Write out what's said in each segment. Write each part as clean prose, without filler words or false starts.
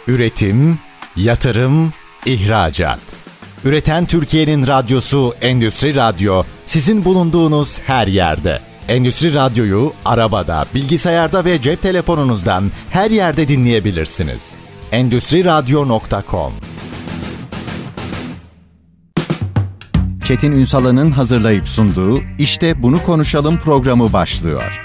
Üretim, yatırım, ihracat. Üreten Türkiye'nin radyosu Endüstri Radyo, sizin bulunduğunuz her yerde. Endüstri Radyo'yu arabada, bilgisayarda ve cep telefonunuzdan her yerde dinleyebilirsiniz. Endüstriradyo.com. Çetin Ünsal'ın hazırlayıp sunduğu İşte Bunu Konuşalım programı başlıyor.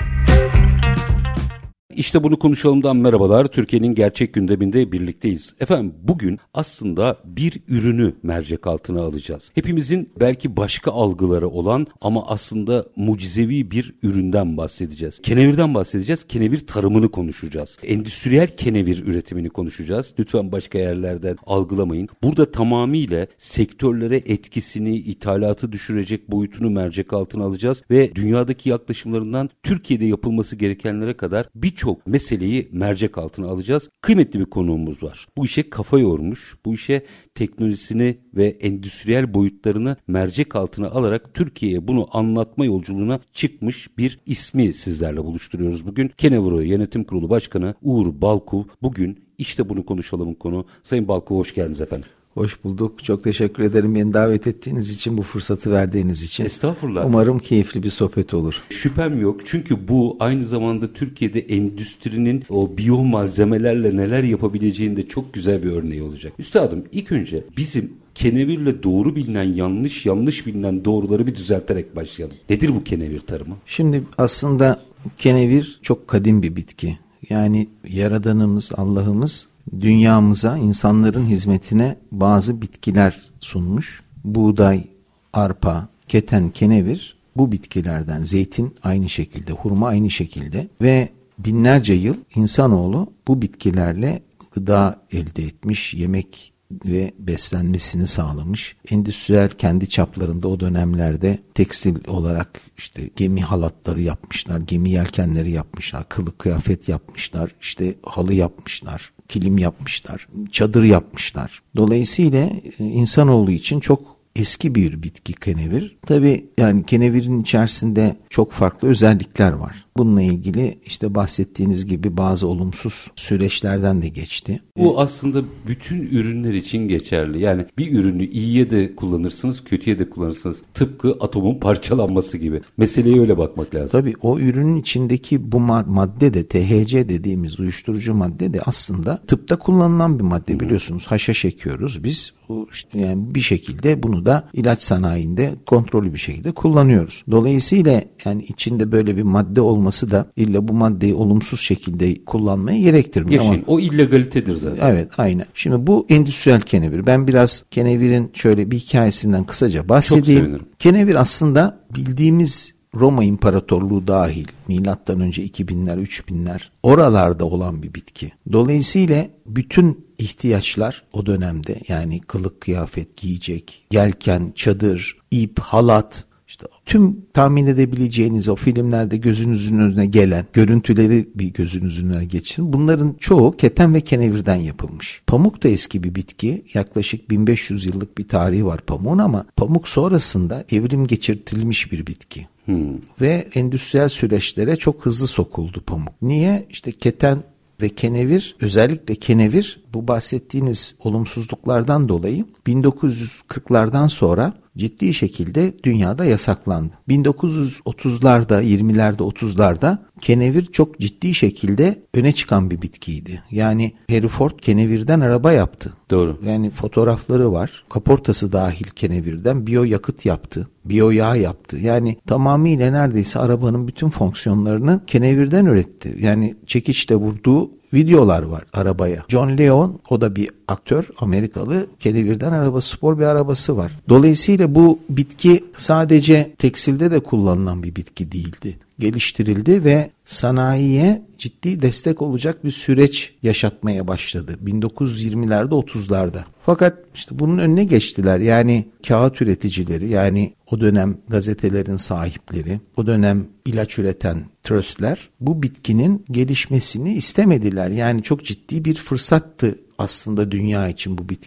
İşte bunu konuşalımdan merhabalar. Türkiye'nin gerçek gündeminde birlikteyiz. Efendim bugün aslında bir ürünü mercek altına alacağız. Hepimizin belki başka algıları olan ama aslında mucizevi bir üründen bahsedeceğiz. Kenevirden bahsedeceğiz. Kenevir tarımını konuşacağız. Endüstriyel kenevir üretimini konuşacağız. Lütfen başka yerlerden algılamayın. Burada tamamıyla sektörlere etkisini, ithalatı düşürecek boyutunu mercek altına alacağız ve dünyadaki yaklaşımlarından Türkiye'de yapılması gerekenlere kadar birçok meseleyi mercek altına alacağız. Kıymetli bir konuğumuz var. Bu işe kafa yormuş, bu işe teknolojisini ve endüstriyel boyutlarını mercek altına alarak Türkiye'ye bunu anlatma yolculuğuna çıkmış bir ismi sizlerle buluşturuyoruz bugün. Keneviro Yönetim Kurulu Başkanı Uğur Balkov. Bugün işte bunu konuşalım konu. Sayın Balkov, hoş geldiniz efendim. Hoş bulduk. Çok teşekkür ederim beni davet ettiğiniz için, bu fırsatı verdiğiniz için. Estağfurullah. Umarım keyifli bir sohbet olur. Şüphem yok. Çünkü bu aynı zamanda Türkiye'de endüstrinin o biyomalzemelerle neler yapabileceğinin de çok güzel bir örneği olacak. Üstadım, ilk önce bizim kenevirle doğru bilinen yanlış bilinen doğruları bir düzelterek başlayalım. Nedir bu kenevir tarımı? Şimdi aslında kenevir çok kadim bir bitki. Yani Yaradanımız, Allah'ımız dünyamıza, insanların hizmetine bazı bitkiler sunmuş. Buğday, arpa, keten, kenevir bu bitkilerden, zeytin aynı şekilde, hurma aynı şekilde ve binlerce yıl insanoğlu bu bitkilerle gıda elde etmiş, yemek ve beslenmesini sağlamış. Endüstriyel kendi çaplarında o dönemlerde tekstil olarak işte gemi halatları yapmışlar, gemi yelkenleri yapmışlar, kılık kıyafet yapmışlar, işte halı yapmışlar, kilim yapmışlar, çadır yapmışlar. Dolayısıyla insanoğlu için çok eski bir bitki kenevir. Tabii yani kenevirin içerisinde çok farklı özellikler var. Bununla ilgili işte bahsettiğiniz gibi bazı olumsuz süreçlerden de geçti. Bu aslında bütün ürünler için geçerli. Yani bir ürünü iyiye de kullanırsınız, kötüye de kullanırsınız. Tıpkı atomun parçalanması gibi. Meseleye öyle bakmak lazım. Tabii o ürünün içindeki bu madde de, THC dediğimiz uyuşturucu madde de aslında tıpta kullanılan bir madde, biliyorsunuz. Haşhaş ekiyoruz biz. Yani bir şekilde bunu da ilaç sanayinde kontrollü bir şekilde kullanıyoruz. Dolayısıyla yani içinde böyle bir madde olması da illa bu maddeyi olumsuz şekilde kullanmaya gerektirmiyor. Yaşayın, o illegalitedir zaten. Evet, aynen. Şimdi bu endüstriyel kenevir. Ben biraz kenevirin şöyle bir hikayesinden kısaca bahsedeyim. Çok sevinirim. Kenevir aslında bildiğimiz Roma İmparatorluğu dahil, milattan önce 2000'ler, 3000'ler oralarda olan bir bitki. Dolayısıyla bütün ihtiyaçlar o dönemde, yani kılık kıyafet giyecek, yelken, çadır, ip, halat, işte tüm tahmin edebileceğiniz o filmlerde gözünüzün önüne gelen görüntüleri bir gözünüzün önüne geçirin. Bunların çoğu keten ve kenevirden yapılmış. Pamuk da eski bir bitki. Yaklaşık 1500 yıllık bir tarihi var pamuğun ama pamuk sonrasında evrim geçirtilmiş bir bitki. Ve endüstriyel süreçlere çok hızlı sokuldu pamuk. Niye? İşte keten ve kenevir, özellikle kenevir bu bahsettiğiniz olumsuzluklardan dolayı 1940'lardan sonra ciddi şekilde dünyada yasaklandı. 1930'larda, 20'lerde, 30'larda kenevir çok ciddi şekilde öne çıkan bir bitkiydi. Yani Henry Ford kenevirden araba yaptı. Doğru. Yani fotoğrafları var. Kaportası dahil kenevirden biyoyakıt yaptı. Biyoyağ yaptı. Yani tamamıyla neredeyse arabanın bütün fonksiyonlarını kenevirden üretti. Yani çekiçle vurduğu videolar var arabaya. John Leon, o da bir aktör, Amerikalı, kenevirden spor bir arabası var. Dolayısıyla bu bitki sadece tekstilde de kullanılan bir bitki değildi. Geliştirildi ve sanayiye ciddi destek olacak bir süreç yaşatmaya başladı 1920'lerde 30'larda. Fakat işte bunun önüne geçtiler. Yani kağıt üreticileri, yani o dönem gazetelerin sahipleri, o dönem ilaç üreten tröstler bu bitkinin gelişmesini istemediler. Yani çok ciddi bir fırsattı aslında dünya için bu bitki.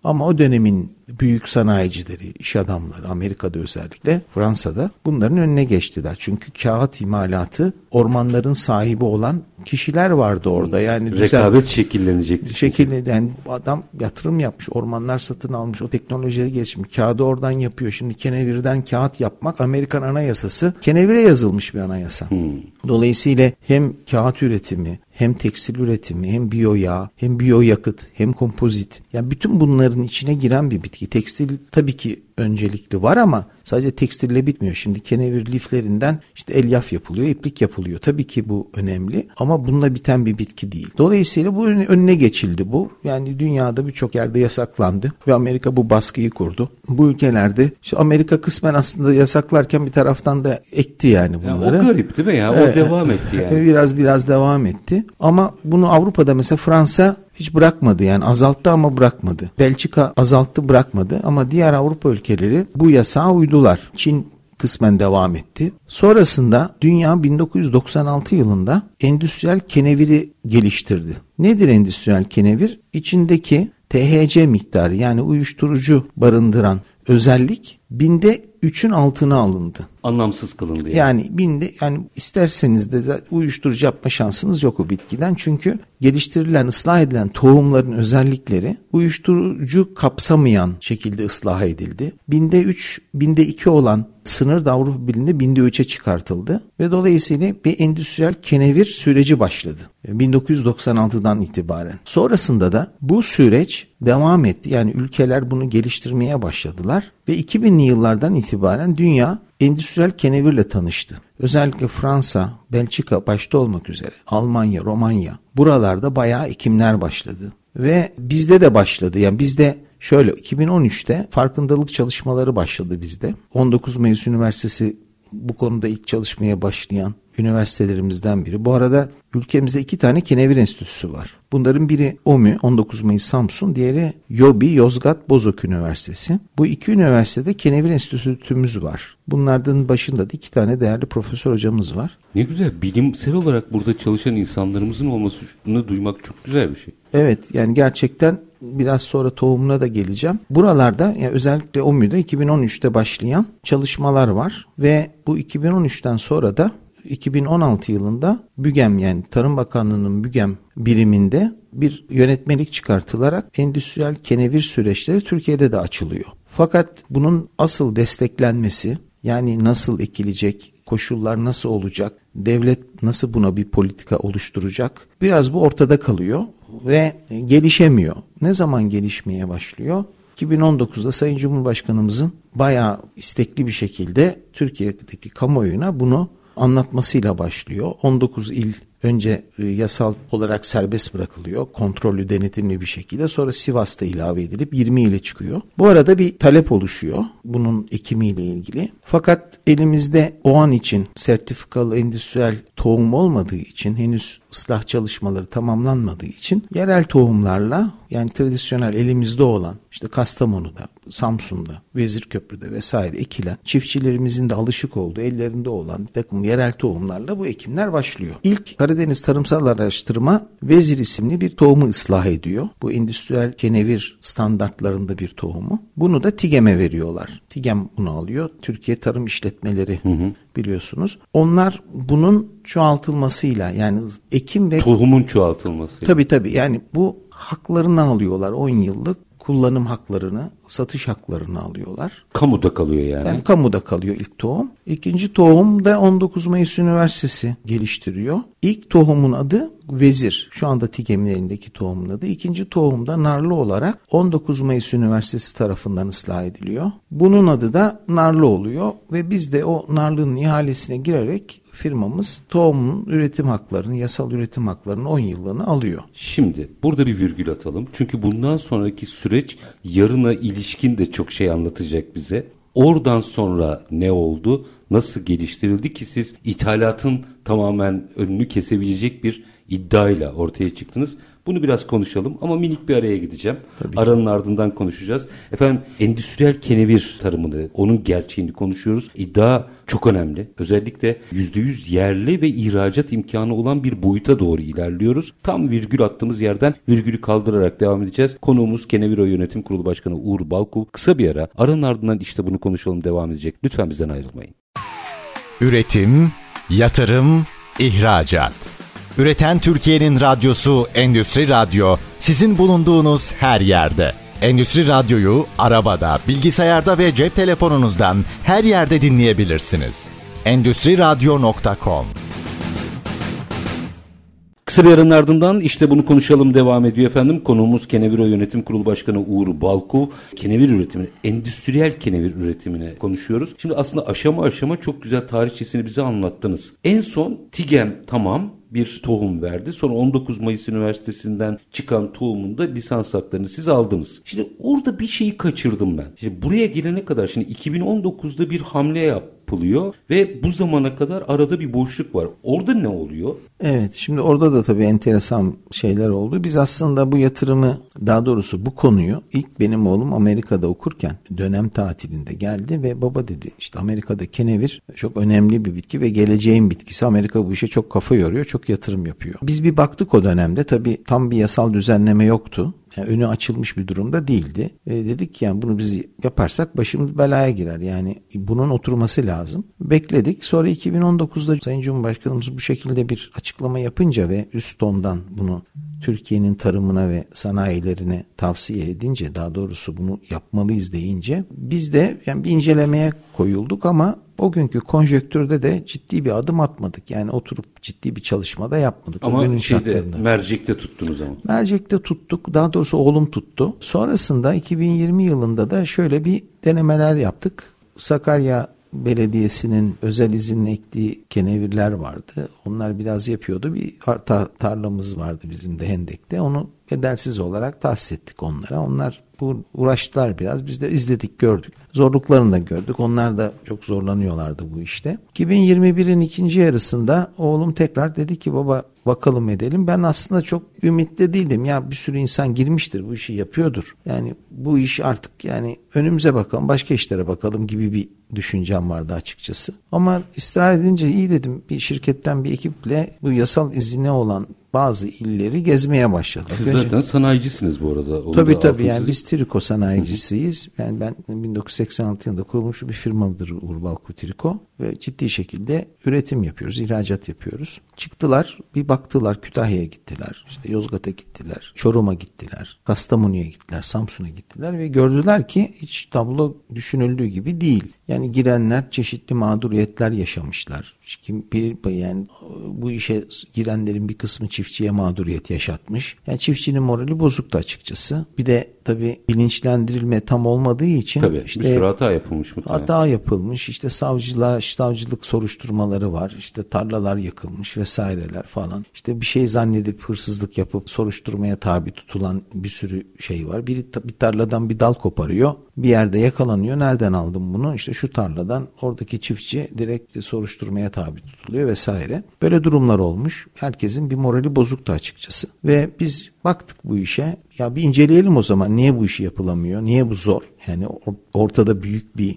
Ama o dönemin büyük sanayicileri, iş adamları, Amerika'da özellikle, Fransa'da bunların önüne geçtiler. Çünkü kağıt imalatı, ormanların sahibi olan kişiler vardı orada. Yani rekabet şekillenecekti. Yani adam yatırım yapmış, ormanlar satın almış, o teknolojiye geçmiş, kağıdı oradan yapıyor. Şimdi kenevirden kağıt yapmak Amerikan anayasası, kenevire yazılmış bir anayasa. Dolayısıyla hem kağıt üretimi, hem tekstil üretimi, hem biyoyağ, hem biyoyakıt, hem kompozit. Yani bütün bunların içine giren bir bitki. Tekstil tabii ki öncelikli var ama sadece tekstille bitmiyor. Şimdi kenevir liflerinden işte elyaf yapılıyor, iplik yapılıyor. Tabii ki bu önemli ama bununla biten bir bitki değil. Dolayısıyla bu önüne geçildi bu. Yani dünyada birçok yerde yasaklandı ve Amerika bu baskıyı kurdu. Bu ülkelerde işte Amerika kısmen aslında yasaklarken bir taraftan da ekti yani bunları. Ya o garip değil mi ya? O devam etti yani. Biraz devam etti. Ama bunu Avrupa'da mesela Fransa hiç bırakmadı, yani azalttı ama bırakmadı. Belçika azalttı, bırakmadı ama diğer Avrupa ülkeleri bu yasağa uydular. Çin kısmen devam etti. Sonrasında dünya 1996 yılında endüstriyel keneviri geliştirdi. Nedir endüstriyel kenevir? İçindeki THC miktarı, yani uyuşturucu barındıran özellik 3'ün altına alındı. Anlamsız kılındı Yani isterseniz de uyuşturucu yapma şansınız yok o bitkiden. Çünkü geliştirilen, ıslah edilen tohumların özellikleri uyuşturucu kapsamayan şekilde ıslah edildi. 2 olan sınır da Avrupa Birliği'nde 3'e çıkartıldı ve dolayısıyla bir endüstriyel kenevir süreci başladı 1996'dan itibaren. Sonrasında da bu süreç devam etti. Yani ülkeler bunu geliştirmeye başladılar ve 2000'li yıllardan itibaren dünya endüstriyel kenevirle tanıştı. Özellikle Fransa, Belçika başta olmak üzere, Almanya, Romanya, buralarda bayağı ekimler başladı. Ve bizde de başladı. Yani bizde şöyle 2013'te farkındalık çalışmaları başladı bizde. 19 Mayıs Üniversitesi bu konuda ilk çalışmaya başlayan üniversitelerimizden biri. Bu arada ülkemizde 2 tane kenevir enstitüsü var. Bunların biri OMÜ, 19 Mayıs Samsun, diğeri YOBİ, Yozgat Bozok Üniversitesi. Bu 2 üniversitede kenevir enstitümüz var. Bunlardan başında da 2 tane değerli profesör hocamız var. Ne güzel, bilimsel olarak burada çalışan insanlarımızın olmasını duymak çok güzel bir şey. Evet, yani gerçekten biraz sonra tohumuna da geleceğim. Buralarda yani özellikle OMÜ'de 2013'te başlayan çalışmalar var ve bu 2013'ten sonra da 2016 yılında BÜGEM, yani Tarım Bakanlığı'nın BÜGEM biriminde bir yönetmelik çıkartılarak endüstriyel kenevir süreçleri Türkiye'de de açılıyor. Fakat bunun asıl desteklenmesi, yani nasıl ekilecek, koşullar nasıl olacak, devlet nasıl buna bir politika oluşturacak, biraz bu ortada kalıyor ve gelişemiyor. Ne zaman gelişmeye başlıyor? 2019'da Sayın Cumhurbaşkanımızın bayağı istekli bir şekilde Türkiye'deki kamuoyuna bunu anlatmasıyla başlıyor. 19 il önce yasal olarak serbest bırakılıyor. Kontrollü, denetimli bir şekilde. Sonra Sivas'ta ilave edilip 20 ile çıkıyor. Bu arada bir talep oluşuyor bunun ekimiyle ilgili. Fakat elimizde o an için sertifikalı endüstriyel tohum olmadığı için, henüz ıslah çalışmaları tamamlanmadığı için yerel tohumlarla, yani tradisyonel elimizde olan işte Kastamonu'da, Samsun'da, Vezirköprü'de vesaire ekilen, çiftçilerimizin de alışık olduğu, ellerinde olan bir takım yerel tohumlarla bu ekimler başlıyor. İlk Karadeniz Tarımsal Araştırma Vezir isimli bir tohumu ıslah ediyor. Bu endüstriyel kenevir standartlarında bir tohumu. Bunu da TİGEM'e veriyorlar. TİGEM bunu alıyor. Türkiye Tarım İşletmeleri biliyorsunuz. Onlar bunun çoğaltılmasıyla, yani ekim ve tohumun çoğaltılmasıyla. Tabii yani bu haklarını alıyorlar, 10 yıllık kullanım haklarını, satış haklarını alıyorlar. Kamuda kalıyor yani. Yani kamuda kalıyor ilk tohum. İkinci tohum da 19 Mayıs Üniversitesi geliştiriyor. İlk tohumun adı Vezir. Şu anda TİGEM'in elindeki tohumun adı. İkinci tohum da narlı olarak 19 Mayıs Üniversitesi tarafından ıslah ediliyor. Bunun adı da narlı oluyor ve biz de o narlının ihalesine girerek firmamız tohumun üretim haklarını, yasal üretim haklarının 10 yıllığını alıyor. Şimdi burada bir virgül atalım. Çünkü bundan sonraki süreç yarına ilişkin de çok şey anlatacak bize. Oradan sonra ne oldu? Nasıl geliştirildi ki siz ithalatın tamamen önünü kesebilecek bir iddiayla ortaya çıktınız? Bunu biraz konuşalım ama minik bir araya gideceğim. Aranın ardından konuşacağız. Efendim endüstriyel kenevir tarımını, onun gerçeğini konuşuyoruz. İddia çok önemli. Özellikle %100 yerli ve ihracat imkanı olan bir boyuta doğru ilerliyoruz. Tam virgül attığımız yerden virgülü kaldırarak devam edeceğiz. Konuğumuz Keneviro Yönetim Kurulu Başkanı Uğur Balkul. Kısa bir ara, aranın ardından işte bunu konuşalım devam edecek. Lütfen bizden ayrılmayın. Üretim, yatırım, ihracat. Üreten Türkiye'nin radyosu Endüstri Radyo, sizin bulunduğunuz her yerde. Endüstri Radyo'yu arabada, bilgisayarda ve cep telefonunuzdan her yerde dinleyebilirsiniz. Endüstriradyo.com. Kısa bir aranın ardından işte bunu konuşalım devam ediyor efendim. Konuğumuz Keneviro Yönetim Kurulu Başkanı Uğur Balkul. Kenevir üretimini, endüstriyel kenevir üretimine konuşuyoruz. Şimdi aslında aşama aşama çok güzel tarihçesini bize anlattınız. En son TİGEM tamam bir tohum verdi. Sonra 19 Mayıs Üniversitesi'nden çıkan tohumun da lisans haklarını siz aldınız. Şimdi orada bir şeyi kaçırdım ben. Şimdi buraya gelene kadar şimdi 2019'da bir hamle yapılıyor ve bu zamana kadar arada bir boşluk var. Orada ne oluyor? Evet, şimdi orada da tabii enteresan şeyler oldu. Biz aslında bu yatırımı, daha doğrusu bu konuyu ilk benim oğlum Amerika'da okurken dönem tatilinde geldi ve baba dedi işte Amerika'da kenevir çok önemli bir bitki ve geleceğin bitkisi. Amerika bu işe çok kafa yoruyor, çok yatırım yapıyor. Biz bir baktık o dönemde, tabii tam bir yasal düzenleme yoktu. Yani önü açılmış bir durumda değildi. Dedik ki yani bunu biz yaparsak başımız belaya girer. Yani bunun oturması lazım. Bekledik. Sonra 2019'da Sayın Cumhurbaşkanımız bu şekilde bir açıklama yapınca ve üst tondan bunu Türkiye'nin tarımına ve sanayilerine tavsiye edince, daha doğrusu bunu yapmalıyız deyince biz de yani bir incelemeye koyulduk ama o günkü konjonktürde de ciddi bir adım atmadık. Yani oturup ciddi bir çalışma da yapmadık. Ama mercekte tuttunuz ama. Mercekte tuttuk. Daha doğrusu oğlum tuttu. Sonrasında 2020 yılında da şöyle bir denemeler yaptık. Sakarya Belediyesi'nin özel izinle ektiği kenevirler vardı. Onlar biraz yapıyordu. Bir tarlamız vardı bizim de Hendek'te. Onu bedelsiz olarak tahsis ettik onlara. Onlar uğraştılar biraz. Biz de izledik, gördük. Zorluklarını da gördük. Onlar da çok zorlanıyorlardı bu işte. 2021'in ikinci yarısında oğlum tekrar dedi ki baba bakalım edelim. Ben aslında çok ümitli değildim. Ya bir sürü insan girmiştir, bu işi yapıyordur. Yani bu iş artık yani önümüze bakalım, başka işlere bakalım gibi bir düşüncem vardı açıkçası. Ama ısrar edince iyi dedim, bir şirketten bir ekiple bu yasal izine olan bazı illeri gezmeye başladık. Siz zaten sanayicisiniz bu arada. Tabii yani biz triko sanayicisiyiz. Yani ben 1986 yılında kurulmuş bir firmadır Uğur Balkul Triko ve ciddi şekilde üretim yapıyoruz, ihracat yapıyoruz. Çıktılar, bir baktılar, Kütahya'ya gittiler, işte Yozgat'a gittiler, Çorum'a gittiler, Kastamonu'ya gittiler, Samsun'a gittiler ve gördüler ki hiç tablo düşünüldüğü gibi değil. Yani girenler çeşitli mağduriyetler yaşamışlar. Yani bu işe girenlerin bir kısmı çiftçiye mağduriyet yaşatmış. Yani çiftçinin morali bozuktu açıkçası. Bir de tabii bilinçlendirilme tam olmadığı için tabii, işte bir sürü hata yapılmış mutlaka. Hata yapılmış. İşte savcılık soruşturmaları var. İşte tarlalar yakılmış vesaireler falan. İşte bir şey zannedip hırsızlık yapıp soruşturmaya tabi tutulan bir sürü şey var. Bir tarladan bir dal koparıyor. Bir yerde yakalanıyor. Nereden aldın bunu? İşte şu tarladan. Oradaki çiftçi direkt soruşturmaya tabi tutuluyor vesaire. Böyle durumlar olmuş. Herkesin bir morali bozuktu açıkçası. Ve biz baktık bu işe. Ya bir inceleyelim o zaman. Niye bu işi yapılamıyor? Niye bu zor? Yani ortada büyük bir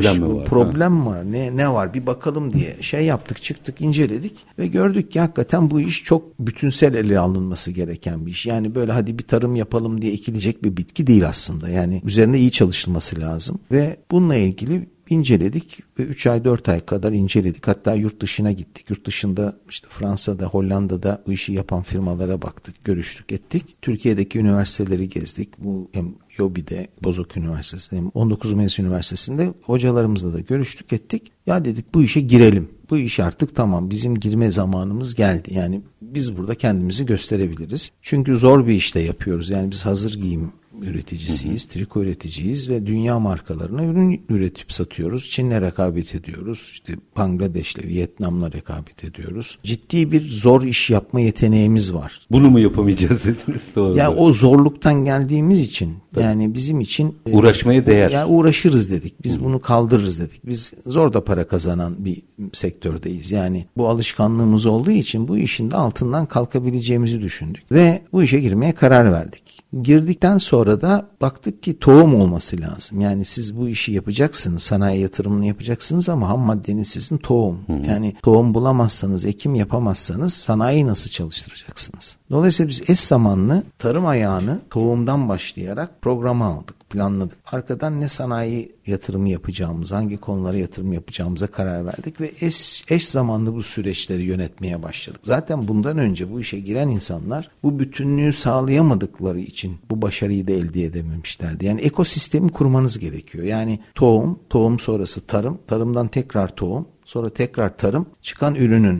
problem var. Ne var? Bir bakalım diye şey yaptık, çıktık, inceledik ve gördük ki hakikaten bu iş çok bütünsel ele alınması gereken bir iş. Yani böyle hadi bir tarım yapalım diye ekilecek bir bitki değil aslında. Yani üzerinde iyi çalışılması lazım ve bununla ilgili inceledik ve 3 ay 4 ay kadar inceledik. Hatta yurt dışına gittik. Yurt dışında işte Fransa'da, Hollanda'da bu işi yapan firmalara baktık, görüştük, ettik. Türkiye'deki üniversiteleri gezdik. Bu hem YOBİ'de, Bozok Üniversitesi'nde hem 19 Mayıs Üniversitesi'nde hocalarımızla da görüştük, ettik. Ya dedik bu işe girelim. Bu iş artık tamam, bizim girme zamanımız geldi. Yani biz burada kendimizi gösterebiliriz. Çünkü zor bir işte yapıyoruz. Yani biz hazır giyim üreticisiyiz, triko üreticiyiz ve dünya markalarına ürün üretip satıyoruz. Çin'le rekabet ediyoruz. İşte Bangladeş'le, Vietnam'la rekabet ediyoruz. Ciddi bir zor iş yapma yeteneğimiz var. Bunu mu yapamayacağız dediniz? Doğru. Ya o zorluktan geldiğimiz için yani bizim için uğraşmaya değer. Ya uğraşırız dedik. Biz bunu kaldırırız dedik. Biz zor da para kazanan bir sektördeyiz. Yani bu alışkanlığımız olduğu için bu işin de altından kalkabileceğimizi düşündük ve bu işe girmeye karar verdik. Girdikten sonra da baktık ki tohum olması lazım. Yani siz bu işi yapacaksınız, sanayi yatırımını yapacaksınız ama ham maddeniz sizin tohum. Yani tohum bulamazsanız, ekim yapamazsanız sanayiyi nasıl çalıştıracaksınız? Dolayısıyla biz eş zamanlı tarım ayağını tohumdan başlayarak programa aldık, planladık. Arkadan ne sanayi yatırımı yapacağımız, hangi konulara yatırım yapacağımıza karar verdik ve eş zamanlı bu süreçleri yönetmeye başladık. Zaten bundan önce bu işe giren insanlar bu bütünlüğü sağlayamadıkları için bu başarıyı da elde edememişlerdi. Yani ekosistemi kurmanız gerekiyor. Yani tohum sonrası tarım, tarımdan tekrar tohum, sonra tekrar tarım, çıkan ürünün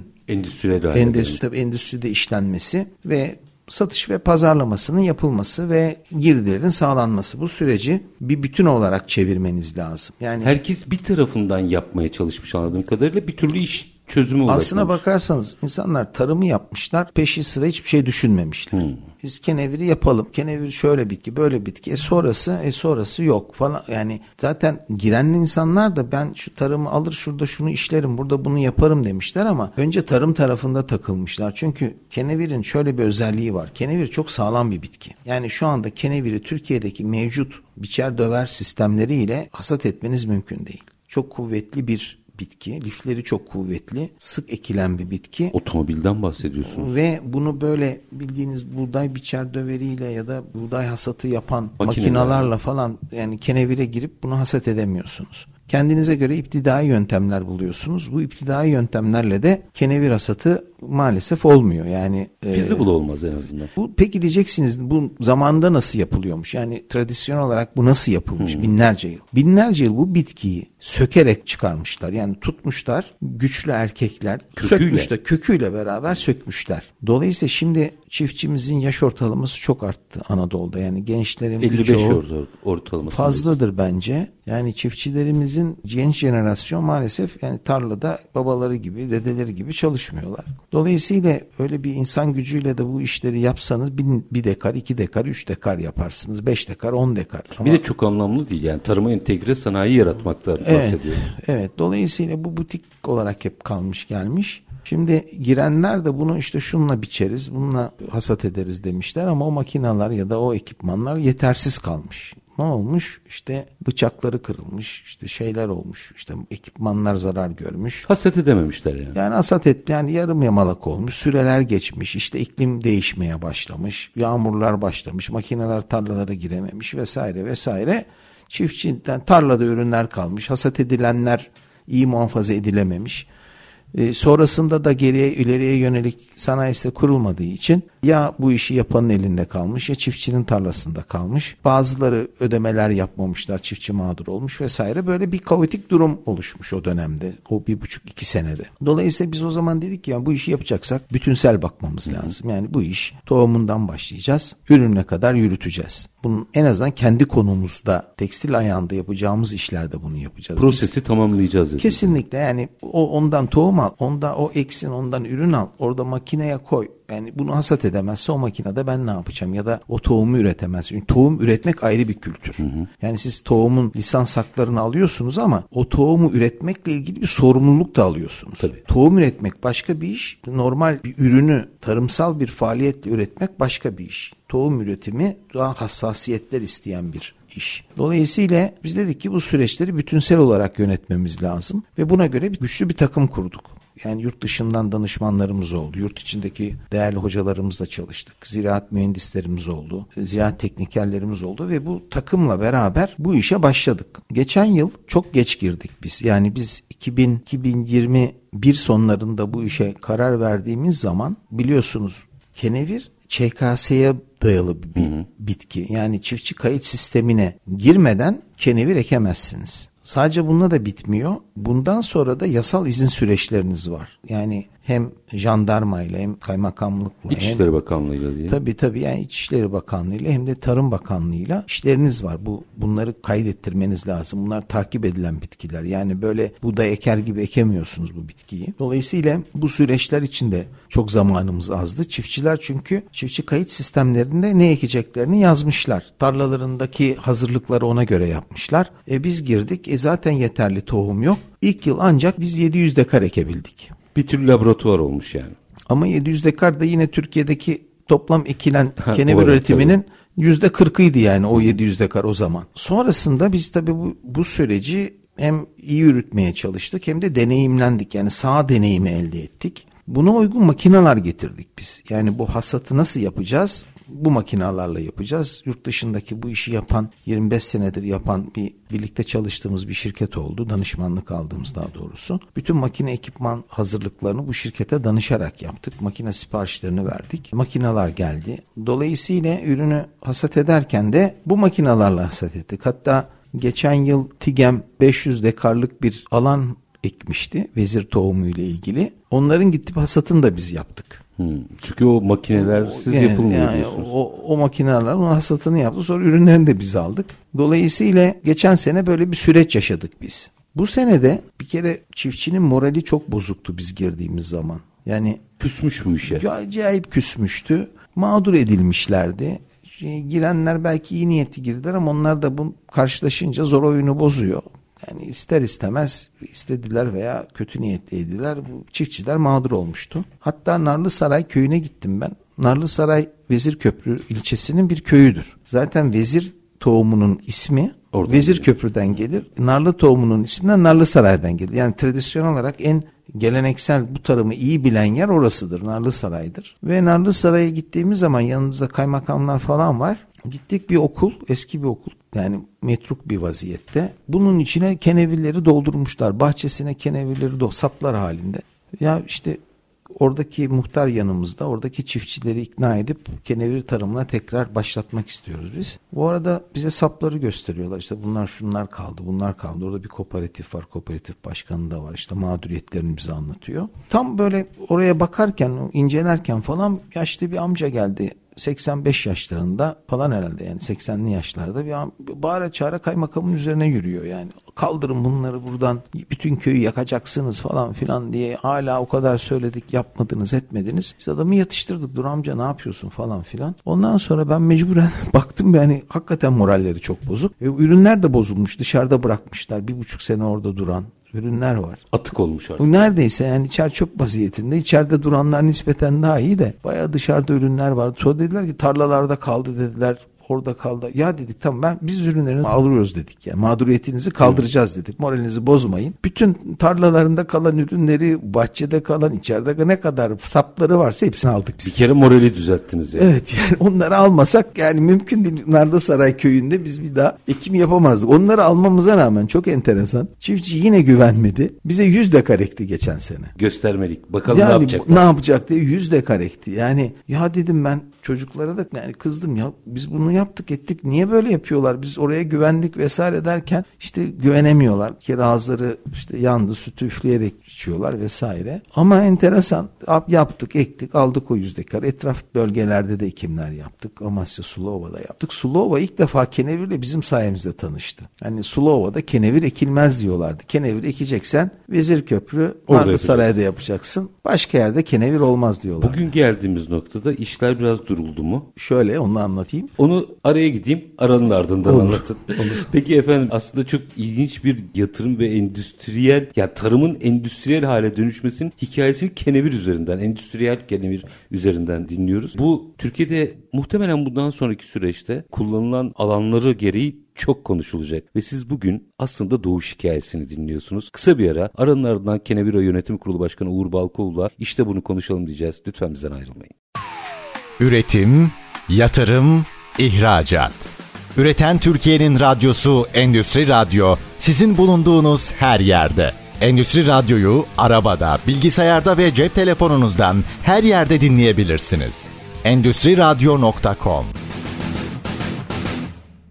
endüstride işlenmesi ve satış ve pazarlamasının yapılması ve girdilerin sağlanması. Bu süreci bir bütün olarak çevirmeniz lazım. Yani herkes bir tarafından yapmaya çalışmış anladığım kadarıyla, bir türlü iş çözüme ulaşmış. Aslına bakarsanız insanlar tarımı yapmışlar, peşi sıra hiçbir şey düşünmemişler. Biz keneviri yapalım. Kenevir şöyle bitki, böyle bitki. Sonrası yok falan. Yani zaten giren insanlar da ben şu tarımı alır, şurada şunu işlerim, burada bunu yaparım demişler ama önce tarım tarafında takılmışlar. Çünkü kenevirin şöyle bir özelliği var. Kenevir çok sağlam bir bitki. Yani şu anda keneviri Türkiye'deki mevcut biçer döver sistemleriyle hasat etmeniz mümkün değil. Çok kuvvetli bir bitki. Lifleri çok kuvvetli. Sık ekilen bir bitki. Otomobilden bahsediyorsunuz. Ve bunu böyle bildiğiniz buğday biçer döveriyle ya da buğday hasatı yapan makinalarla falan yani kenevire girip bunu hasat edemiyorsunuz. Kendinize göre iptidai yöntemler buluyorsunuz. Bu iptidai yöntemlerle de kenevir hasatı maalesef olmuyor. Yani feasible olmaz en azından. Peki diyeceksiniz bu zamanda nasıl yapılıyormuş? Yani tradisyon olarak bu nasıl yapılmış? Binlerce yıl. Binlerce yıl bu bitkiyi sökerek çıkarmışlar. Yani tutmuşlar güçlü erkekler köküyle beraber sökmüşler. Dolayısıyla şimdi çiftçimizin yaş ortalaması çok arttı Anadolu'da. Yani gençlerin 55 ortalaması fazladır bence. Yani çiftçilerimizin genç jenerasyon maalesef yani tarlada babaları gibi, dedeleri gibi çalışmıyorlar. Dolayısıyla öyle bir insan gücüyle de bu işleri yapsanız 1 dekar, 2 dekar, 3 dekar yaparsınız. 5 dekar, 10 dekar. Bir de çok anlamlı değil. Yani tarıma entegre sanayi yaratmaktan bahsediyoruz. Evet. Dolayısıyla bu butik olarak hep kalmış gelmiş. Şimdi girenler de bunu işte şununla biçeriz, bununla hasat ederiz demişler ama o makineler ya da o ekipmanlar yetersiz kalmış. Ne olmuş? İşte bıçakları kırılmış, işte şeyler olmuş, işte ekipmanlar zarar görmüş. Hasat edememişler yani. Yani yani yarım yamalak olmuş, süreler geçmiş, işte iklim değişmeye başlamış, yağmurlar başlamış, makineler tarlalara girememiş vesaire vesaire. Çiftçiden tarlada ürünler kalmış, hasat edilenler iyi muhafaza edilememiş. Sonrasında da ileriye yönelik sanayisi kurulmadığı için ya bu işi yapanın elinde kalmış ya çiftçinin tarlasında kalmış. Bazıları ödemeler yapmamışlar, çiftçi mağdur olmuş vesaire. Böyle bir kaotik durum oluşmuş o dönemde, o 1,5-2 senede. Dolayısıyla biz o zaman dedik ki ya bu işi yapacaksak bütünsel bakmamız lazım. Yani bu iş tohumundan başlayacağız, ürüne kadar yürüteceğiz. Bunun en azından kendi konumuzda, tekstil ayağında yapacağımız işlerde bunu yapacağız. Prosesi tamamlayacağız dedi. Kesinlikle yani ondan tohum al, o eksin, ondan ürün al, orada makineye koy. Yani bunu hasat edemezse o makinede ben ne yapacağım ya da o tohumu üretemez. Çünkü tohum üretmek ayrı bir kültür. Yani siz tohumun lisans haklarını alıyorsunuz ama o tohumu üretmekle ilgili bir sorumluluk da alıyorsunuz. Tabii. Tohum üretmek başka bir iş. Normal bir ürünü tarımsal bir faaliyetle üretmek başka bir iş. Tohum üretimi daha hassasiyetler isteyen bir iş. Dolayısıyla biz dedik ki bu süreçleri bütünsel olarak yönetmemiz lazım ve buna göre güçlü bir takım kurduk. Yani yurt dışından danışmanlarımız oldu. Yurt içindeki değerli hocalarımızla çalıştık. Ziraat mühendislerimiz oldu. Ziraat teknikerlerimiz oldu ve bu takımla beraber bu işe başladık. Geçen yıl çok geç girdik biz. Yani biz 2021 sonlarında bu işe karar verdiğimiz zaman biliyorsunuz kenevir ÇKS'ye dayalı bir bitki. Yani çiftçi kayıt sistemine girmeden kenevir ekemezsiniz. Sadece bununla da bitmiyor. Bundan sonra da yasal izin süreçleriniz var. Yani hem jandarmayla hem kaymakamlıkla İçişleri Bakanlığı'yla diye. Tabii yani İçişleri Bakanlığı'yla hem de Tarım Bakanlığı'yla işleriniz var. Bunları kaydettirmeniz lazım. Bunlar takip edilen bitkiler. Yani böyle buğday eker gibi ekemiyorsunuz bu bitkiyi. Dolayısıyla bu süreçler içinde çok zamanımız azdı. Çiftçiler çünkü çiftçi kayıt sistemlerinde ne ekeceklerini yazmışlar. Tarlalarındaki hazırlıkları ona göre yapmışlar. Biz girdik. Zaten yeterli tohum yok. İlk yıl ancak biz 700 dekar ekebildik. Bir tür laboratuvar olmuş yani. Ama 700 dekar da yine Türkiye'deki toplam ekilen kenevir üretiminin %40'ıydı yani o 700 dekar o zaman. Sonrasında biz tabii bu süreci hem iyi yürütmeye çalıştık hem de deneyimlendik. Yani saha deneyimi elde ettik. Buna uygun makineler getirdik biz. Yani bu hasatı nasıl yapacağız? Bu makinelerle yapacağız. Yurt dışındaki bu işi yapan, 25 senedir yapan birlikte çalıştığımız bir şirket oldu. Danışmanlık aldığımız daha doğrusu. Bütün makine ekipman hazırlıklarını bu şirkete danışarak yaptık. Makine siparişlerini verdik. Makineler geldi. Dolayısıyla ürünü hasat ederken de bu makinelerle hasat ettik. Hatta geçen yıl TİGEM 500 dekarlık bir alan ekmişti vezir tohumu ile ilgili. Onların gidip hasatını da biz yaptık. Çünkü o makineler siz yapılmıyor diyorsunuz. O makineler onun hasatını yaptı. Sonra ürünlerini de biz aldık. Dolayısıyla geçen sene böyle bir süreç yaşadık biz. Bu sene de bir kere çiftçinin morali çok bozuktu biz girdiğimiz zaman. Yani küsmüş bu işe. Acayip küsmüştü. Mağdur edilmişlerdi. Girenler belki iyi niyetli girdiler ama onlar da bu karşılaşınca zor oyunu bozuyor. Yani ister istemez istediler veya kötü niyetliydiler. Bu çiftçiler mağdur olmuştu. Hatta Narlısaray köyüne gittim ben. Narlısaray Vezirköprü ilçesinin bir köyüdür. Zaten vezir tohumunun ismi Vezirköprü'den gelir. Narlı tohumunun isminden Narlısaray'dan gelir. Yani tradisyon olarak en geleneksel bu tarımı iyi bilen yer orasıdır. Narlısaray'dır. Ve Narlısaray'a gittiğimiz zaman yanımızda kaymakamlar falan var. Gittik bir okul, eski bir okul. Yani metruk bir vaziyette. Bunun içine kenevirleri doldurmuşlar. Bahçesine kenevirleri saplar halinde. Ya işte oradaki muhtar yanımızda. Oradaki çiftçileri ikna edip kenevir tarımına tekrar başlatmak istiyoruz biz. Bu arada bize sapları gösteriyorlar. İşte bunlar şunlar kaldı, bunlar kaldı. Orada bir kooperatif var. Kooperatif başkanı da var. İşte mağduriyetlerini bize anlatıyor. Tam böyle oraya bakarken, incelerken falan yaşlı bir amca geldi. 85 yaşlarında falan herhalde, yani 80'li yaşlarda bir bağıra çağıra kaymakamın üzerine yürüyor yani. Kaldırın bunları buradan, bütün köyü yakacaksınız falan filan diye hala o kadar söyledik, yapmadınız etmediniz. Biz adamı yatıştırdık, dur amca ne yapıyorsun falan filan. Ondan sonra ben mecburen baktım yani hakikaten moralleri çok bozuk. Ürünler de bozulmuş, dışarıda bırakmışlar 1,5 sene orada duran ürünler var. Atık olmuş artık. Neredeyse yani içer çöp vaziyetinde. İçeride duranlar nispeten daha iyi de bayağı dışarıda ürünler vardı. Sonra dediler ki tarlalarda kaldı dediler. Orada kaldı. Ya dedik tamam biz ürünlerini alıyoruz dedik ya. Mağduriyetinizi kaldıracağız dedik. Moralinizi bozmayın. Bütün tarlalarında kalan ürünleri, bahçede kalan, içeride ne kadar sapları varsa hepsini aldık biz. Bir kere morali düzelttiniz yani. Evet yani onları almasak yani mümkün değil. Narlısaray köyünde biz bir daha ekim yapamazdık. Onları almamıza rağmen çok enteresan. Çiftçi yine güvenmedi. Bize 100 dekar ekti geçen sene. Göstermelik. Bakalım yani, ne yapacak? Ne yapacak diye 100 dekar ekti. Yani ya dedim ben çocuklara da yani kızdım ya, biz bunu yaptık ettik, niye böyle yapıyorlar, biz oraya güvendik vesaire derken işte güvenemiyorlar. Kirazları işte yandı, sütü üfleyerek içiyorlar vesaire. Ama enteresan, yaptık ektik aldık o 100 dekar. Etraf bölgelerde de ekimler yaptık. Amasya Suluova'da yaptık. Suluova ilk defa kenevirle bizim sayemizde tanıştı. Hani Suluova'da kenevir ekilmez diyorlardı. Kenevir ekeceksen Vezirköprü Narlısaray'da yapacaksın. Başka yerde kenevir olmaz diyorlar. Bugün geldiğimiz noktada işler biraz duruldu mu? Şöyle onu anlatayım. Onu araya gideyim, aranın ardından anlatın. Olur. Peki efendim, aslında çok ilginç bir yatırım ve endüstriyel, ya tarımın endüstriyel hale dönüşmesinin hikayesini kenevir üzerinden, endüstriyel kenevir üzerinden dinliyoruz. Bu Türkiye'de muhtemelen bundan sonraki süreçte kullanılan alanları gereği çok konuşulacak ve siz bugün aslında doğuş hikayesini dinliyorsunuz. Kısa bir ara, aranın ardından Keneviro Yönetim Kurulu Başkanı Uğur Balkoğlu'la işte bunu konuşalım diyeceğiz. Lütfen bizden ayrılmayın. Üretim, yatırım, ihracat. Üreten Türkiye'nin radyosu Endüstri Radyo, sizin bulunduğunuz her yerde. Endüstri Radyo'yu arabada, bilgisayarda ve cep telefonunuzdan her yerde dinleyebilirsiniz. Endüstriradyo.com.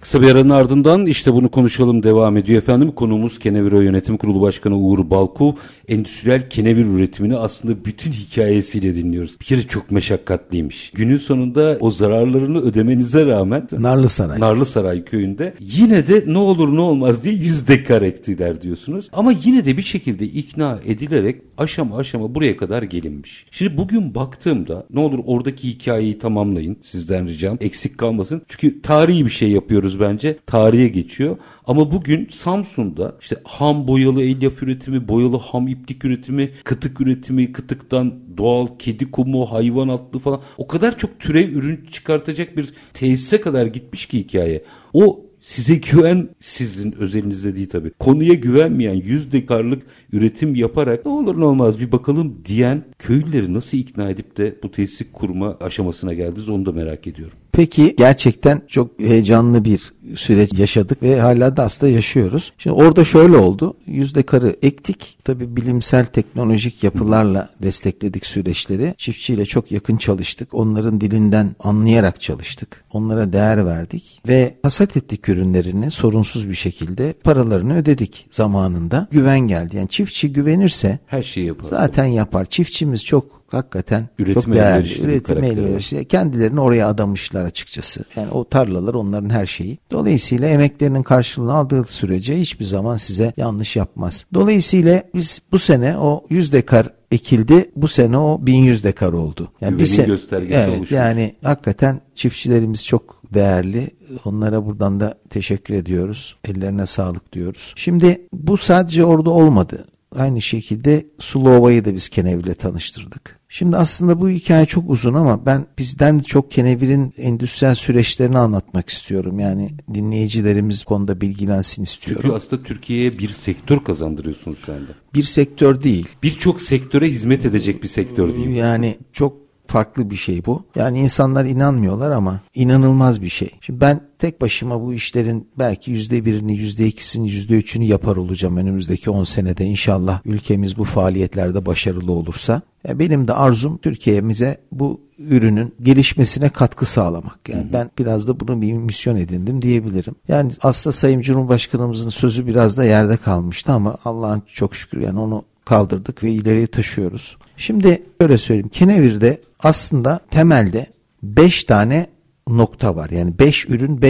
Kısa bir aranın ardından işte bunu konuşalım devam ediyor efendim. Konuğumuz Kenevir Yönetim Kurulu Başkanı Uğur Balku. Endüstriyel kenevir üretimini aslında bütün hikayesiyle dinliyoruz. Bir kere çok meşakkatliymiş. Günün sonunda o zararlarını ödemenize rağmen Narlısaray köyünde yine de ne olur ne olmaz diye 100 dekar ektiler diyorsunuz. Ama yine de bir şekilde ikna edilerek aşama aşama buraya kadar gelinmiş. Şimdi bugün baktığımda ne olur oradaki hikayeyi tamamlayın sizden ricam. Eksik kalmasın. Çünkü tarihi bir şey yapıyoruz bence. Tarihe geçiyor. Ama bugün Samsun'da işte ham boyalı elyaf üretimi, boyalı ham iplik üretimi, kıtık üretimi, kıtıktan doğal kedi kumu, hayvan atlı falan o kadar çok türev ürün çıkartacak bir tesise kadar gitmiş ki hikaye. O size güven, sizin özelinizde değil tabii. Konuya güvenmeyen 100 dekarlık üretim yaparak ne olur ne olmaz bir bakalım diyen köylüleri nasıl ikna edip de bu tesisi kurma aşamasına geldiniz onu da merak ediyorum. Peki gerçekten çok heyecanlı bir süreç yaşadık ve hala da aslında yaşıyoruz. Şimdi orada şöyle oldu. 100 dekarı ektik. Tabii bilimsel teknolojik yapılarla destekledik süreçleri. Çiftçiyle çok yakın çalıştık. Onların dilinden anlayarak çalıştık. Onlara değer verdik ve hasat ettik ürünlerini sorunsuz bir şekilde paralarını ödedik zamanında. Güven geldi. Yani çiftçi güvenirse her şeyi yapar. Zaten yapar. Çiftçimiz çok hakikaten üretim çok değerli. Üretim elverişli. Kendilerini oraya adamışlar açıkçası. Yani o tarlalar onların her şeyi. Dolayısıyla emeklerinin karşılığını aldığı sürece hiçbir zaman size yanlış yapmaz. Dolayısıyla biz bu sene o 100 dekar ekildi. Bu sene o 1100 dekar oldu. Yani güvenin göstergesi oluşmuş. Yani hakikaten çiftçilerimiz çok değerli. Onlara buradan da teşekkür ediyoruz. Ellerine sağlık diyoruz. Şimdi bu sadece orada olmadı. Aynı şekilde Sulova'yı da biz kenevirle tanıştırdık. Şimdi aslında bu hikaye çok uzun ama ben bizden çok kenevirin endüstriyel süreçlerini anlatmak istiyorum. Yani dinleyicilerimiz konuda bilgilensin istiyorum. Çünkü aslında Türkiye'ye bir sektör kazandırıyorsunuz şu anda. Bir sektör değil. Birçok sektöre hizmet edecek bir sektör değil. Yani çok farklı bir şey bu. Yani insanlar inanmıyorlar ama inanılmaz bir şey. Şimdi ben tek başıma bu işlerin belki %1'ini, %2'sini, %3'ünü yapar olacağım önümüzdeki 10 senede inşallah ülkemiz bu faaliyetlerde başarılı olursa. Benim de arzum Türkiye'mize bu ürünün gelişmesine katkı sağlamak. Yani ben biraz da bunu bir misyon edindim diyebilirim. Yani aslında Sayın Cumhurbaşkanımızın sözü biraz da yerde kalmıştı ama Allah'ın çok şükür yani onu kaldırdık ve ileriye taşıyoruz. Şimdi öyle söyleyeyim. Kenevir'de aslında temelde 5 tane nokta var. Yani 5 ürün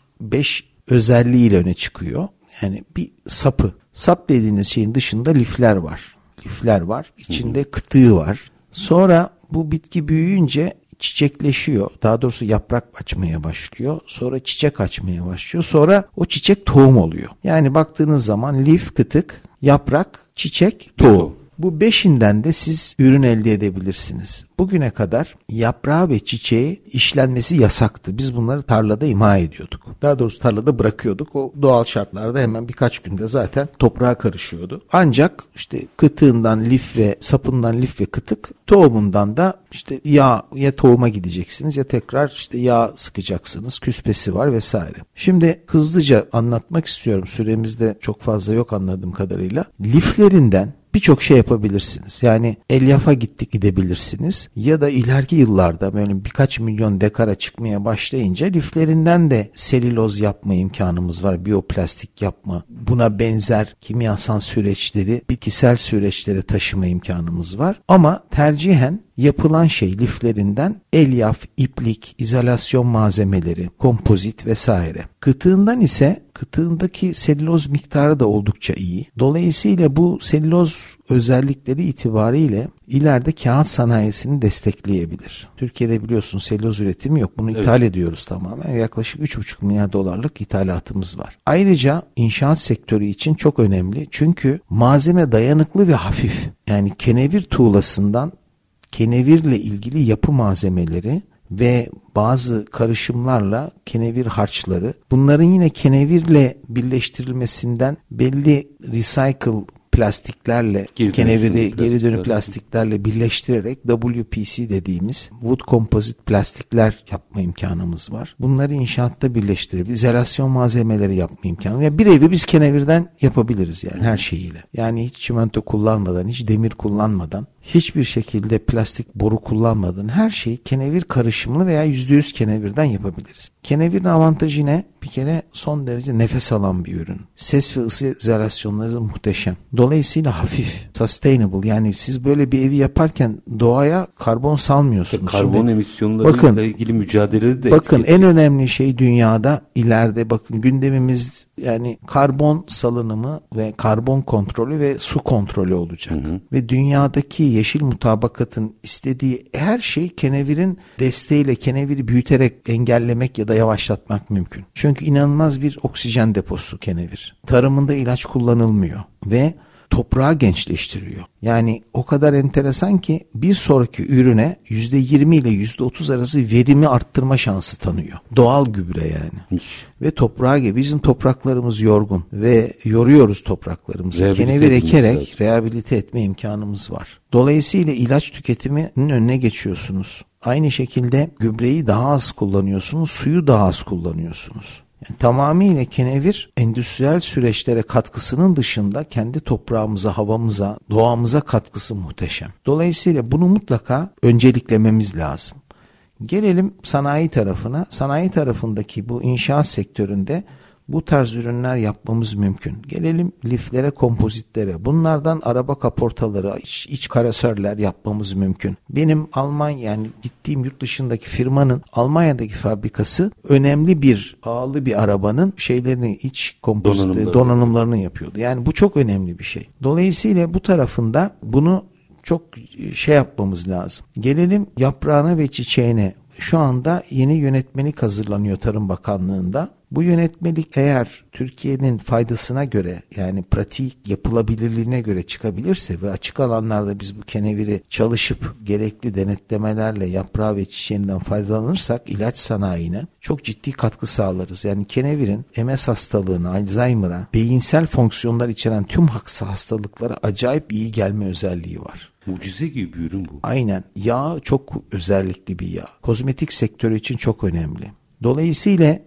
5 özelliğiyle öne çıkıyor. Yani bir sapı. Sap dediğiniz şeyin dışında lifler var. Lifler var. İçinde kıtığı var. Sonra bu bitki büyüyünce çiçekleşiyor. Daha doğrusu yaprak açmaya başlıyor. Sonra çiçek açmaya başlıyor. Sonra o çiçek tohum oluyor. Yani baktığınız zaman lif, kıtık, yaprak, çiçek, tohum. Bu 5'inden de siz ürün elde edebilirsiniz. Bugüne kadar yaprağı ve çiçeği işlenmesi yasaktı. Biz bunları tarlada imha ediyorduk. Daha doğrusu tarlada bırakıyorduk. O doğal şartlarda hemen birkaç günde zaten toprağa karışıyordu. Ancak işte kıtığından lif ve sapından lif ve kıtık, tohumundan da işte ya tohuma gideceksiniz ya tekrar işte yağ sıkacaksınız. Küspesi var vesaire. Şimdi hızlıca anlatmak istiyorum. Süremizde çok fazla yok anladığım kadarıyla. Liflerinden birçok şey yapabilirsiniz. Yani elyafa gidebilirsiniz ya da ileriki yıllarda böyle birkaç milyon dekara çıkmaya başlayınca liflerinden de selüloz yapma imkanımız var. Biyoplastik yapma, buna benzer kimyasal süreçleri, bitkisel süreçlere taşıma imkanımız var. Ama tercihen yapılan şey liflerinden elyaf, iplik, izolasyon malzemeleri, kompozit vesaire. Kıtığından ise kıtığındaki selüloz miktarı da oldukça iyi. Dolayısıyla bu selüloz özellikleri itibariyle ileride kağıt sanayisini destekleyebilir. Türkiye'de biliyorsun selüloz üretimi yok. Bunu ithal ediyoruz tamamen. Yaklaşık 3,5 milyar dolarlık ithalatımız var. Ayrıca inşaat sektörü için çok önemli. Çünkü malzeme dayanıklı ve hafif. Yani kenevir tuğlasından kenevirle ilgili yapı malzemeleri ve bazı karışımlarla kenevir harçları, bunların yine kenevirle birleştirilmesinden belli recycle plastiklerle, keneviri geri dönük plastiklerle birleştirerek WPC dediğimiz wood composite plastikler yapma imkanımız var. Bunları inşaatta birleştirip izolasyon malzemeleri yapma imkanı. Yani bir evi biz kenevirden yapabiliriz yani her şeyiyle. Yani hiç çimento kullanmadan, hiç demir kullanmadan, hiçbir şekilde plastik boru kullanmadığın her şeyi kenevir karışımlı veya %100 kenevirden yapabiliriz. Kenevirin avantajı ne? Bir kere son derece nefes alan bir ürün. Ses ve ısı izolasyonları muhteşem. Dolayısıyla hafif, sustainable. Yani siz böyle bir evi yaparken doğaya karbon salmıyorsunuz. Karbon emisyonlarıyla ilgili mücadelede de bakın en önemli şey dünyada ileride bakın gündemimiz yani karbon salınımı ve karbon kontrolü ve su kontrolü olacak. Ve dünyadaki yeşil mutabakatın istediği her şey kenevirin desteğiyle keneviri büyüterek engellemek ya da yavaşlatmak mümkün. Çünkü inanılmaz bir oksijen deposu kenevir. Tarımında ilaç kullanılmıyor ve toprağı gençleştiriyor. Yani o kadar enteresan ki bir sonraki ürüne %20 ile %30 arası verimi arttırma şansı tanıyor. Doğal gübre yani. Ve toprağa gibi bizim topraklarımız yorgun ve yoruyoruz topraklarımızı. Kenevir ekerek rehabilite etme imkanımız var. Dolayısıyla ilaç tüketiminin önüne geçiyorsunuz. Aynı şekilde gübreyi daha az kullanıyorsunuz, suyu daha az kullanıyorsunuz. Yani tamamıyla kenevir endüstriyel süreçlere katkısının dışında kendi toprağımıza, havamıza, doğamıza katkısı muhteşem. Dolayısıyla bunu mutlaka önceliklememiz lazım. Gelelim sanayi tarafına. Sanayi tarafındaki bu inşaat sektöründe bu tarz ürünler yapmamız mümkün. Gelelim liflere, kompozitlere. Bunlardan araba kaportaları, iç karosörler yapmamız mümkün. Benim yani gittiğim yurt dışındaki firmanın Almanya'daki fabrikası önemli bir pahalı bir arabanın iç kompozit donanımlarını yapıyordu. Yani bu çok önemli bir şey. Dolayısıyla bu tarafında bunu çok yapmamız lazım. Gelelim yaprağına ve çiçeğine. Şu anda yeni yönetmelik hazırlanıyor Tarım Bakanlığı'nda. Bu yönetmelik eğer Türkiye'nin faydasına göre yani pratik yapılabilirliğine göre çıkabilirse ve açık alanlarda biz bu keneviri çalışıp gerekli denetlemelerle yaprağı ve çiçeğinden faydalanırsak ilaç sanayine çok ciddi katkı sağlarız. Yani kenevirin MS hastalığına, Alzheimer'a, beyinsel fonksiyonlar içeren tüm hastalıklara acayip iyi gelme özelliği var. Mucize gibi bir ürün bu. Aynen. Yağ çok özellikli bir yağ. Kozmetik sektörü için çok önemli. Dolayısıyla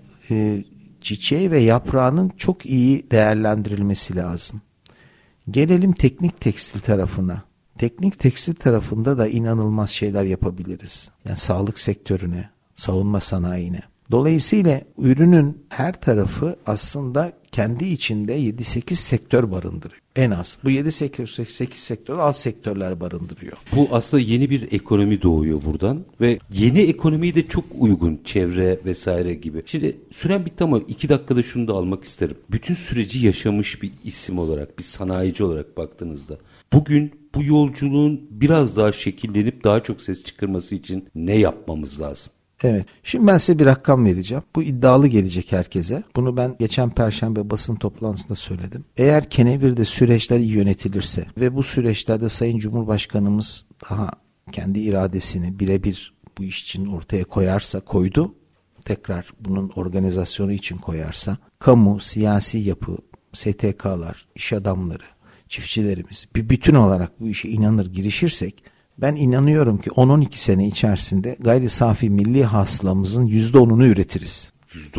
çiçeği ve yaprağının çok iyi değerlendirilmesi lazım. Gelelim teknik tekstil tarafına. Teknik tekstil tarafında da inanılmaz şeyler yapabiliriz. Yani sağlık sektörüne, savunma sanayine. Dolayısıyla ürünün her tarafı aslında kendi içinde 7-8 sektör barındırıyor. En az. Bu 7-8 sektör alt sektörler barındırıyor. Bu aslında yeni bir ekonomi doğuyor buradan ve yeni ekonomiye de çok uygun çevre vesaire gibi. Şimdi süren bitti ama 2 dakikada şunu da almak isterim. Bütün süreci yaşamış bir isim olarak, bir sanayici olarak baktığınızda bugün bu yolculuğun biraz daha şekillenip daha çok ses çıkarması için ne yapmamız lazım? Evet. Şimdi ben size bir rakam vereceğim. Bu iddialı gelecek herkese. Bunu ben geçen Perşembe basın toplantısında söyledim. Eğer kenevirde süreçler iyi yönetilirse ve bu süreçlerde Sayın Cumhurbaşkanımız daha kendi iradesini birebir bu iş için ortaya koydu. Tekrar bunun organizasyonu için koyarsa, kamu, siyasi yapı, STK'lar, iş adamları, çiftçilerimiz bir bütün olarak bu işe inanır girişirsek, ben inanıyorum ki 10-12 sene içerisinde gayri safi milli hasılamızın %10'unu üretiriz.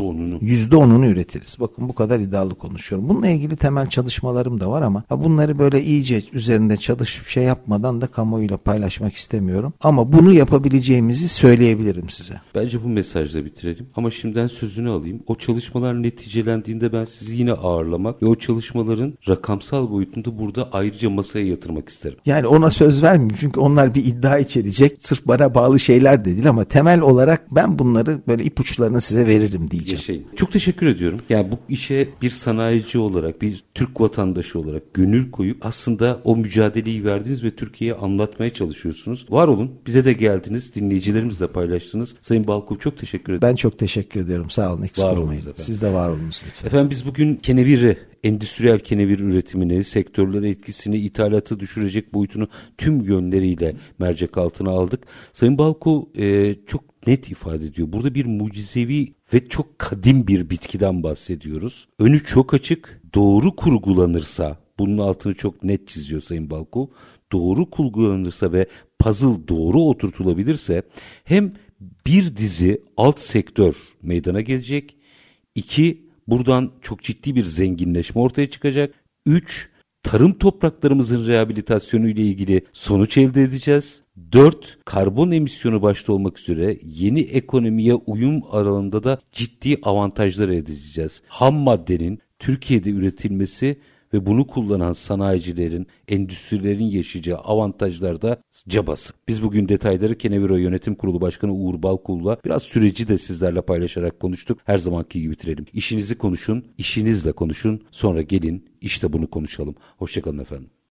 %10'unu üretiriz. Bakın bu kadar iddialı konuşuyorum. Bununla ilgili temel çalışmalarım da var ama bunları böyle iyice üzerinde çalışıp yapmadan da kamuoyuyla paylaşmak istemiyorum. Ama bunu yapabileceğimizi söyleyebilirim size. Bence bu mesajla bitirelim. Ama şimdiden sözünü alayım. O çalışmalar neticelendiğinde ben sizi yine ağırlamak ve o çalışmaların rakamsal boyutunu burada ayrıca masaya yatırmak isterim. Yani ona söz vermeyeyim. Çünkü onlar bir iddia içerecek. Sırf bana bağlı şeyler de değil ama temel olarak ben bunları böyle ipuçlarını size veririm diyeceğim. Çok teşekkür ediyorum. Yani bu işe bir sanayici olarak, bir Türk vatandaşı olarak gönül koyup aslında o mücadeleyi verdiniz ve Türkiye'ye anlatmaya çalışıyorsunuz. Var olun. Bize de geldiniz. Dinleyicilerimizle paylaştınız. Sayın Balkov çok teşekkür ederim. Ben çok teşekkür ediyorum. Sağ olun. Eksik olmayın. Siz de var olunuz lütfen. Efendim biz bugün keneviri, endüstriyel kenevir üretimini, sektörlere etkisini, ithalatı düşürecek boyutunu tüm yönleriyle mercek altına aldık. Sayın Balkov çok net ifade ediyor. Burada bir mucizevi ve çok kadim bir bitkiden bahsediyoruz. Önü çok açık, doğru kurgulanırsa, bunun altını çok net çiziyor Sayın Balkov, doğru kurgulanırsa ve puzzle doğru oturtulabilirse hem bir dizi alt sektör meydana gelecek, 2, buradan çok ciddi bir zenginleşme ortaya çıkacak, 3, tarım topraklarımızın rehabilitasyonu ile ilgili sonuç elde edeceğiz. 4. Karbon emisyonu başta olmak üzere yeni ekonomiye uyum alanında da ciddi avantajlar elde edeceğiz. Ham maddenin Türkiye'de üretilmesi ve bunu kullanan sanayicilerin, endüstrilerin yaşayacağı avantajlar da cabası. Biz bugün detayları Keneviro Yönetim Kurulu Başkanı Uğur Balkul'la biraz süreci de sizlerle paylaşarak konuştuk. Her zamanki gibi bitirelim. İşinizi konuşun, işinizle konuşun, sonra gelin işte bunu konuşalım. Hoşçakalın efendim.